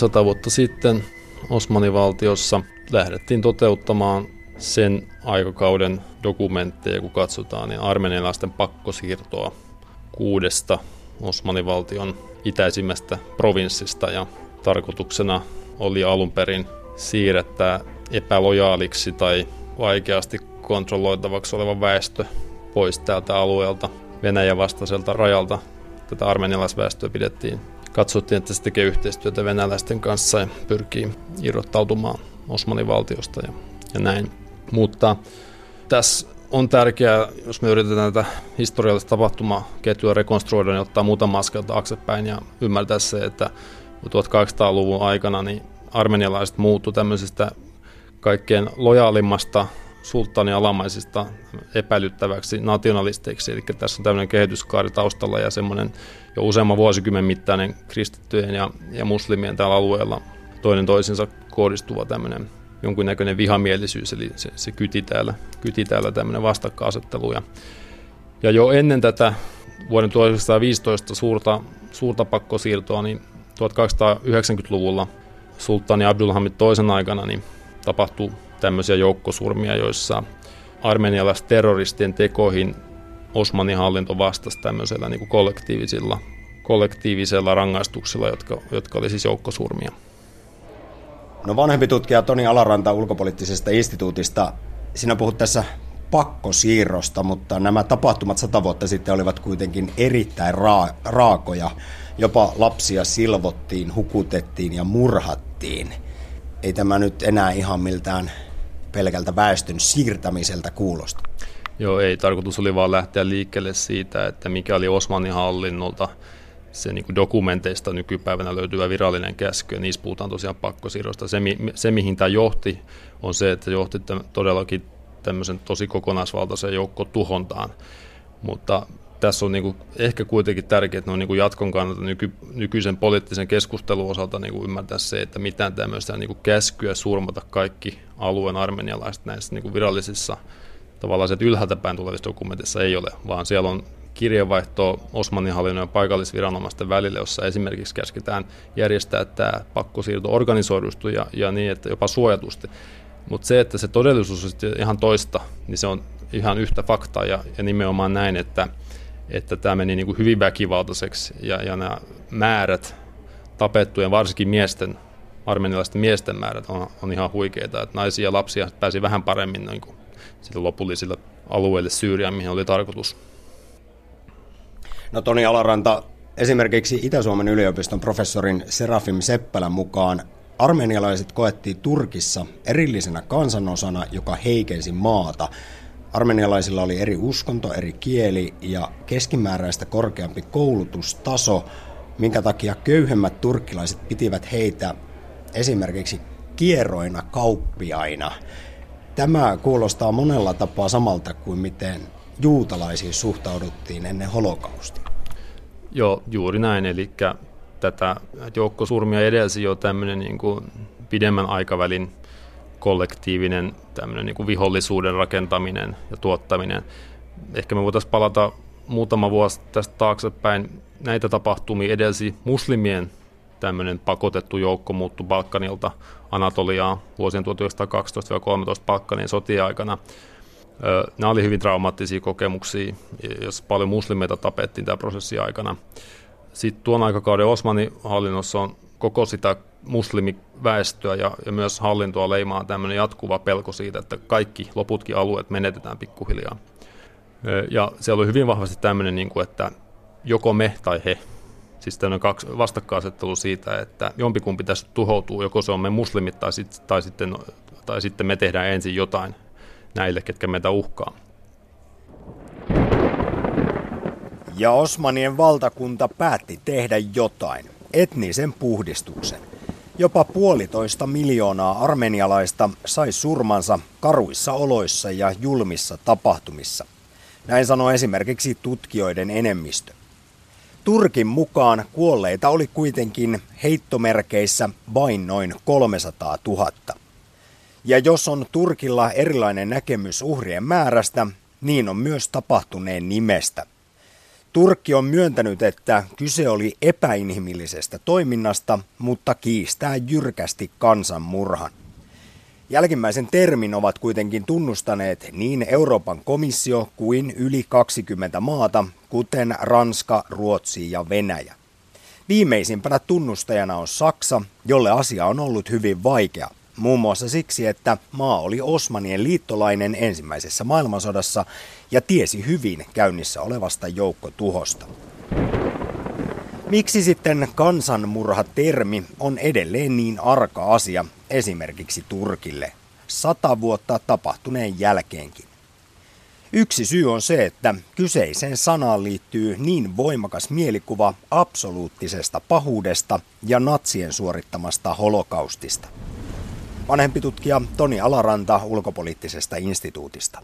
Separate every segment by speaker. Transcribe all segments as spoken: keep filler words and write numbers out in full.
Speaker 1: sata vuotta sitten Osmanivaltiossa lähdettiin toteuttamaan sen aikakauden dokumentteja, kun katsotaan, niin armenialaisten pakkosiirtoa kuudesta Osmanivaltion itäisimmästä provinssista, ja tarkoituksena oli alun perin siirrettää epälojaaliksi tai vaikeasti kontrolloitavaksi oleva väestö pois tältä alueelta Venäjän vastaiselta rajalta. Tätä armenialaisväestöä pidettiin. Katsottiin, että se tekee yhteistyötä venäläisten kanssa ja pyrkii irrottautumaan Osmanivaltiosta ja, ja näin. Mutta tässä on tärkeää, jos me yritetään tätä historiallista tapahtumaketjua rekonstruoida, niin ottaa muutama askel taaksepäin ja ymmärtää se, että tuhatkahdeksansataaluvun aikana niin armenialaiset muuttuivat tämmöisestä kaikkein lojaalimmasta sulttaanin alamaisista epäilyttäväksi nationalisteiksi. Eli tässä on tämmöinen kehityskaari taustalla ja semmoinen jo useamman vuosikymmen mittainen kristittyjen ja, ja muslimien täällä alueella toinen toisensa kohdistuva tämmöinen jonkinnäköinen vihamielisyys, eli se, se kyti täällä, kyti täällä tämmöinen vastakkainasettelu. Ja, ja jo ennen tätä vuoden tuhatyhdeksänsataaviisitoista suurta, suurta pakkosiirtoa, niin tuhatkahdeksansataayhdeksänkymmentäluvulla sulttaani Abdulhamid toisen aikana niin tapahtui tämmöisiä joukkosurmia, joissa armenialaisterroristien tekoihin Osmanin hallinto vastasi tämmöisellä niin kuin kollektiivisilla, kollektiivisella rangaistuksilla, jotka, jotka oli siis joukkosurmia.
Speaker 2: No vanhempi tutkija Toni Alaranta ulkopoliittisesta instituutista, sinä puhut tässä pakkosiirrosta, mutta nämä tapahtumat sata vuotta sitten olivat kuitenkin erittäin raa- raakoja. Jopa lapsia silvottiin, hukutettiin ja murhattiin. Ei tämä nyt enää ihan miltään pelkältä väestön siirtämiseltä kuulosta.
Speaker 1: Joo, ei. Tarkoitus oli vaan lähteä liikkeelle siitä, että mikä oli Osmanin hallinnolta se niin kuin dokumenteista nykypäivänä löytyvä virallinen käsky, ja niissä puhutaan tosiaan pakkosiirrosta. Se, se, mihin tämä johti, on se, että johti todellakin tämmöisen tosi kokonaisvaltaisen joukkotuhontaan. Mutta tässä on niin kuin ehkä kuitenkin tärkeää, että on niin kuin jatkon kannalta nyky, nykyisen poliittisen keskustelun osalta niin kuin ymmärtää se, että mitään tämmöistä niin kuin käskyä surmata kaikki alueen armenialaiset näissä niin kuin virallisissa tavallaan se, että ylhäältä päin tulevissa dokumentissa ei ole, vaan siellä on kirjeenvaihtoa Osmanin hallinnon ja paikallisviranomaisten välillä, jossa esimerkiksi käsketään järjestää tämä pakkosiirto organisoidusti ja, ja niin, että jopa suojatusti. Mutta se, että se todellisuus on ihan toista, niin se on ihan yhtä faktaa ja, ja nimenomaan näin, että, että tämä meni niin kuin hyvin väkivaltaiseksi ja, ja nämä määrät tapettujen, varsinkin miesten, armenialaisten miesten määrät on, on ihan huikeita, että naisia ja lapsia pääsi vähän paremmin niin kuin sille lopullisille alueille Syyriaan, mihin oli tarkoitus.
Speaker 2: No Toni Alaranta, esimerkiksi Itä-Suomen yliopiston professorin Serafim Seppälän mukaan armenialaiset koettiin Turkissa erillisenä kansanosana, joka heikensi maata. Armenialaisilla oli eri uskonto, eri kieli ja keskimääräistä korkeampi koulutustaso, minkä takia köyhemmät turkkilaiset pitivät heitä esimerkiksi kieroina kauppiaina. Tämä kuulostaa monella tapaa samalta kuin miten juutalaisiin suhtauduttiin ennen holokaustia.
Speaker 1: Joo, juuri näin. Eli tätä joukkosurmia edelsi jo tämmöinen niin kuin pidemmän aikavälin kollektiivinen tämmöinen niin kuin vihollisuuden rakentaminen ja tuottaminen. Ehkä me voitaisiin palata muutama vuosi tästä taaksepäin. Näitä tapahtumia edelsi muslimien tämmöinen pakotettu joukko muuttui Balkanilta Anatoliaan vuosien tuhatyhdeksänsataakaksitoista kolmetoista Balkanin sotien aikana. Nämä oli hyvin traumaattisia kokemuksia, jossa paljon muslimeita tapettiin tämän prosessin aikana. Sitten tuon aikakauden Osmanin hallinnossa on koko sitä muslimiväestöä ja, ja myös hallintoa leimaa tämmöinen jatkuva pelko siitä, että kaikki loputkin alueet menetetään pikkuhiljaa. Ja siellä oli hyvin vahvasti tämmöinen, että joko me tai he. Siis tämmöinen kaksi vastakkainasettelu siitä, että jompikumpi tässä tuhoutuu, joko se on me muslimit tai, sit, tai, sitten, tai sitten me tehdään ensin jotain näille, ketkä meitä uhkaa.
Speaker 2: Ja Osmanien valtakunta päätti tehdä jotain, etnisen puhdistuksen. Jopa puolitoista miljoonaa armenialaista sai surmansa karuissa oloissa ja julmissa tapahtumissa. Näin sanoi esimerkiksi tutkijoiden enemmistö. Turkin mukaan kuolleita oli kuitenkin heittomerkeissä vain noin kolmesataatuhatta. Ja jos on Turkilla erilainen näkemys uhrien määrästä, niin on myös tapahtuneen nimestä. Turkki on myöntänyt, että kyse oli epäinhimillisestä toiminnasta, mutta kiistää jyrkästi kansanmurhan. Jälkimmäisen termin ovat kuitenkin tunnustaneet niin Euroopan komissio kuin yli kaksikymmentä maata, kuten Ranska, Ruotsi ja Venäjä. Viimeisimpänä tunnustajana on Saksa, jolle asia on ollut hyvin vaikea. Muun muassa siksi, että maa oli Osmanien liittolainen ensimmäisessä maailmansodassa ja tiesi hyvin käynnissä olevasta joukkotuhosta. Miksi sitten kansanmurha-termi on edelleen niin arka asia esimerkiksi Turkille, sata vuotta tapahtuneen jälkeenkin? Yksi syy on se, että kyseiseen sanaan liittyy niin voimakas mielikuva absoluuttisesta pahuudesta ja natsien suorittamasta holokaustista. Vanhempi tutkija Toni Alaranta Ulkopoliittisesta instituutista.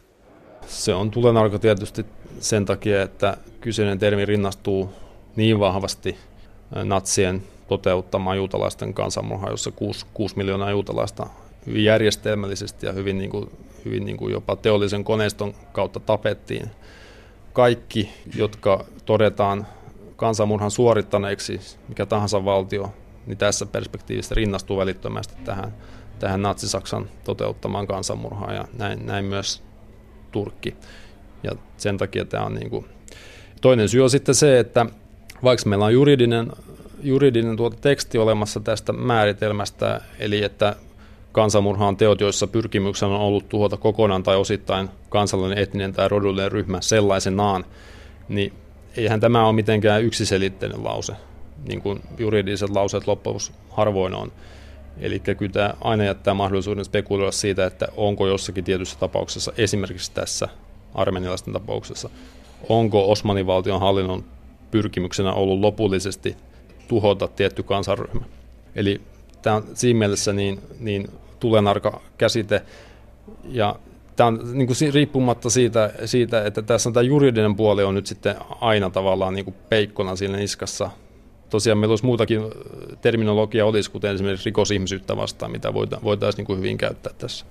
Speaker 1: Se on tulenarka tietysti sen takia, että kyseinen termi rinnastuu niin vahvasti natsien toteuttamaan juutalaisten kansanmurhaa, jossa kuusi, kuusi miljoonaa juutalaista hyvin järjestelmällisesti ja hyvin, niin kuin, hyvin niin kuin jopa teollisen koneiston kautta tapettiin. Kaikki, jotka todetaan kansanmurhan suorittaneeksi, mikä tahansa valtio, niin tässä perspektiivissä rinnastuu välittömästi tähän, tähän natsi-Saksan toteuttamaan kansanmurhaan ja näin, näin myös Turkki. Ja sen takia tämä on niin kuin... Toinen syy on sitten se, että vaikka meillä on juridinen, juridinen tuota teksti olemassa tästä määritelmästä, eli että kansanmurha on teot, joissa pyrkimyksenä on ollut tuhota kokonaan tai osittain kansallinen, etninen tai rodullinen ryhmä sellaisenaan, niin eihän tämä ole mitenkään yksiselitteinen lause, niin kuin juridiset lauseet loppujen harvoin on. Eli kyllä tämä aina jättää mahdollisuuden spekuloida siitä, että onko jossakin tietyssä tapauksessa, esimerkiksi tässä armenialaisten tapauksessa, onko Osmanin valtion hallinnon pyrkimyksenä ollut lopullisesti tuhota tietty kansanryhmä. Eli tämä on siinä mielessä niin, niin tulenarka käsite, ja tämä on niin kuin riippumatta siitä, siitä, että tässä on tämä juridinen puoli on nyt sitten aina tavallaan niin kuin peikkona siinä niskassa. Tosiaan meillä olisi muutakin terminologiaa olisi, kuten esimerkiksi rikosihmisyyttä vastaan, mitä voitaisiin niin kuin hyvin käyttää tässä.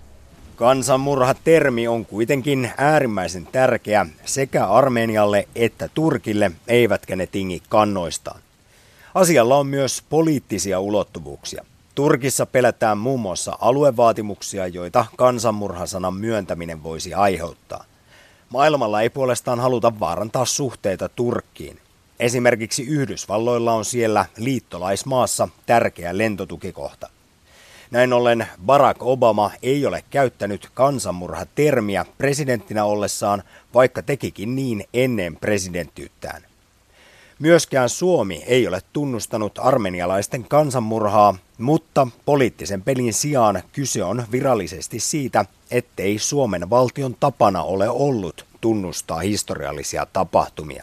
Speaker 2: Kansanmurha-termi on kuitenkin äärimmäisen tärkeä sekä Armenialle että Turkille, eivätkä ne tingi kannoistaan. Asialla on myös poliittisia ulottuvuuksia. Turkissa pelätään muun muassa aluevaatimuksia, joita kansanmurhasanan myöntäminen voisi aiheuttaa. Maailmalla ei puolestaan haluta vaarantaa suhteita Turkkiin. Esimerkiksi Yhdysvalloilla on siellä liittolaismaassa tärkeä lentotukikohta. Näin ollen Barack Obama ei ole käyttänyt kansanmurha-termiä presidenttinä ollessaan, vaikka tekikin niin ennen presidenttiyttään. Myöskään Suomi ei ole tunnustanut armenialaisten kansanmurhaa, mutta poliittisen pelin sijaan kyse on virallisesti siitä, ettei Suomen valtion tapana ole ollut tunnustaa historiallisia tapahtumia.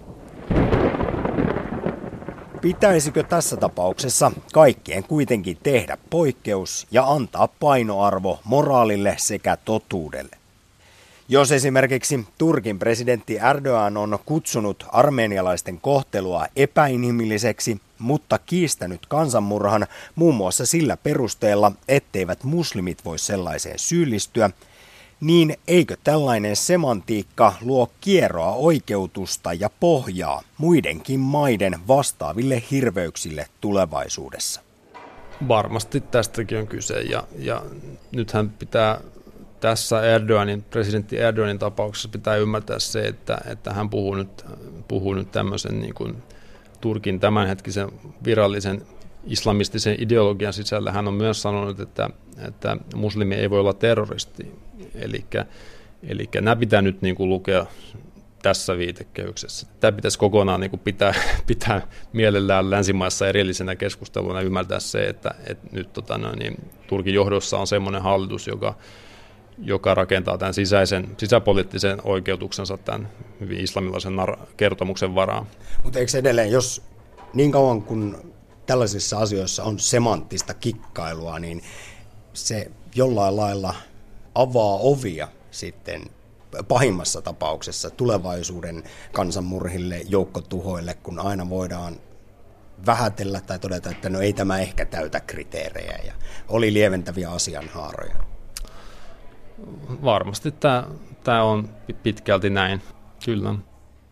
Speaker 2: Pitäisikö tässä tapauksessa kaikkien kuitenkin tehdä poikkeus ja antaa painoarvo moraalille sekä totuudelle? Jos esimerkiksi Turkin presidentti Erdoğan on kutsunut armenialaisten kohtelua epäinhimilliseksi, mutta kiistänyt kansanmurhan muun muassa sillä perusteella, etteivät muslimit voi sellaiseen syyllistyä, niin eikö tällainen semantiikka luo kieroa oikeutusta ja pohjaa muidenkin maiden vastaaville hirveyksille tulevaisuudessa?
Speaker 1: Varmasti tästäkin on kyse, ja, ja nythän pitää tässä Erdoğanin, presidentti Erdoğanin tapauksessa pitää ymmärtää se, että, että hän puhuu nyt, puhuu nyt tämmöisen niin kuin Turkin tämänhetkisen virallisen islamistisen ideologian sisällä. Hän on myös sanonut, että, että muslimi ei voi olla terroristi. Elikkä, elikkä nämä pitää nyt niin kuin lukea tässä viitekehyksessä. Tämä pitäisi kokonaan niin kuin pitää, pitää mielellään länsimaissa erillisenä keskusteluna ja ymmärtää se, että, että nyt tota, no, niin, Turkin johdossa on semmoinen hallitus, joka, joka rakentaa tämän sisäisen, sisäpoliittisen oikeutuksensa tämän hyvin islamilaisen kertomuksen varaan.
Speaker 2: Mutta eikö edelleen, jos niin kauan kun tällaisissa asioissa on semanttista kikkailua, niin se jollain lailla avaa ovia sitten pahimmassa tapauksessa tulevaisuuden kansanmurhille, joukkotuhoille, kun aina voidaan vähätellä tai todeta, että no ei tämä ehkä täytä kriteerejä ja oli lieventäviä asianhaaroja.
Speaker 1: Varmasti tämä, tämä on pitkälti näin, kyllä.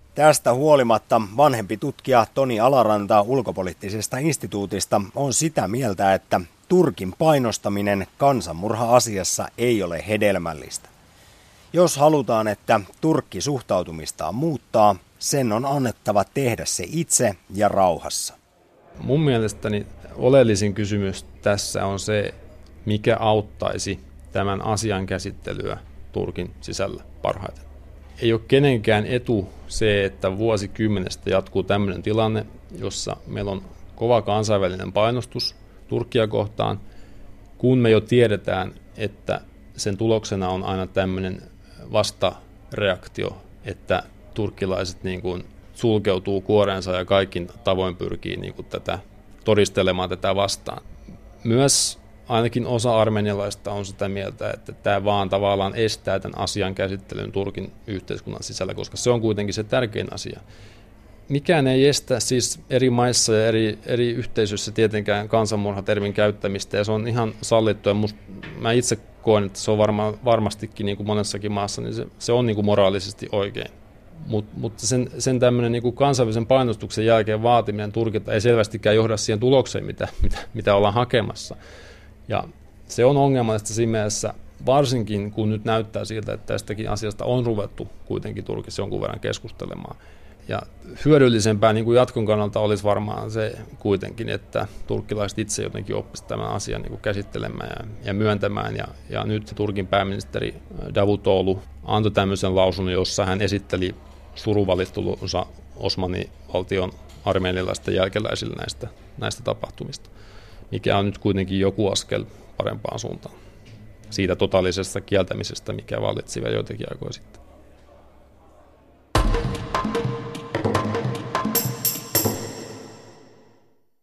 Speaker 2: Tästä huolimatta vanhempi tutkija Toni Alaranta ulkopoliittisesta instituutista on sitä mieltä, että Turkin painostaminen kansanmurha-asiassa ei ole hedelmällistä. Jos halutaan, että Turkki suhtautumistaan muuttaa, sen on annettava tehdä se itse ja rauhassa.
Speaker 1: Mun mielestäni oleellisin kysymys tässä on se, mikä auttaisi tämän asian käsittelyä Turkin sisällä parhaiten. Ei ole kenenkään etu se, että vuosikymmenestä jatkuu tämmöinen tilanne, jossa meillä on kova kansainvälinen painostus Turkkia kohtaan, kun me jo tiedetään, että sen tuloksena on aina tämmöinen vastareaktio, että turkkilaiset niin kuin sulkeutuu kuoreensa ja kaikin tavoin pyrkii niin kuin tätä todistelemaan tätä vastaan. Myös ainakin osa armenialaista on sitä mieltä, että tämä vaan tavallaan estää tämän asian käsittelyn Turkin yhteiskunnan sisällä, koska se on kuitenkin se tärkein asia. Mikään ei estä siis eri maissa ja eri, eri yhteisöissä tietenkään kansanmurhatermin käyttämistä, ja se on ihan sallittu. Ja must, mä itse koen, että se on varma, varmastikin niin kuin monessakin maassa, niin se, se on niin kuin moraalisesti oikein. Mut, mutta sen, sen tämmöinen niin kuin kansainvälisen painostuksen jälkeen vaatiminen Turkilta ei selvästikään johda siihen tulokseen, mitä, mitä, mitä ollaan hakemassa. Ja se on ongelmallista siinä mielessä, varsinkin kun nyt näyttää siltä, että tästäkin asiasta on ruvettu kuitenkin Turkissa jonkun verran keskustelemaan. Ja hyödyllisempää niin kuin jatkon kannalta olisi varmaan se kuitenkin, että turkkilaiset itse jotenkin oppisivat tämän asian niin kuin käsittelemään ja, ja myöntämään. Ja, ja nyt Turkin pääministeri Davutoglu antoi tämmöisen lausunnon, jossa hän esitteli suruvalittelunsa Osmanivaltion armenialaisten jälkeläisille näistä, näistä tapahtumista, mikä on nyt kuitenkin joku askel parempaan suuntaan siitä totaalisesta kieltämisestä, mikä vallitsi vielä joitakin aikoja sitten.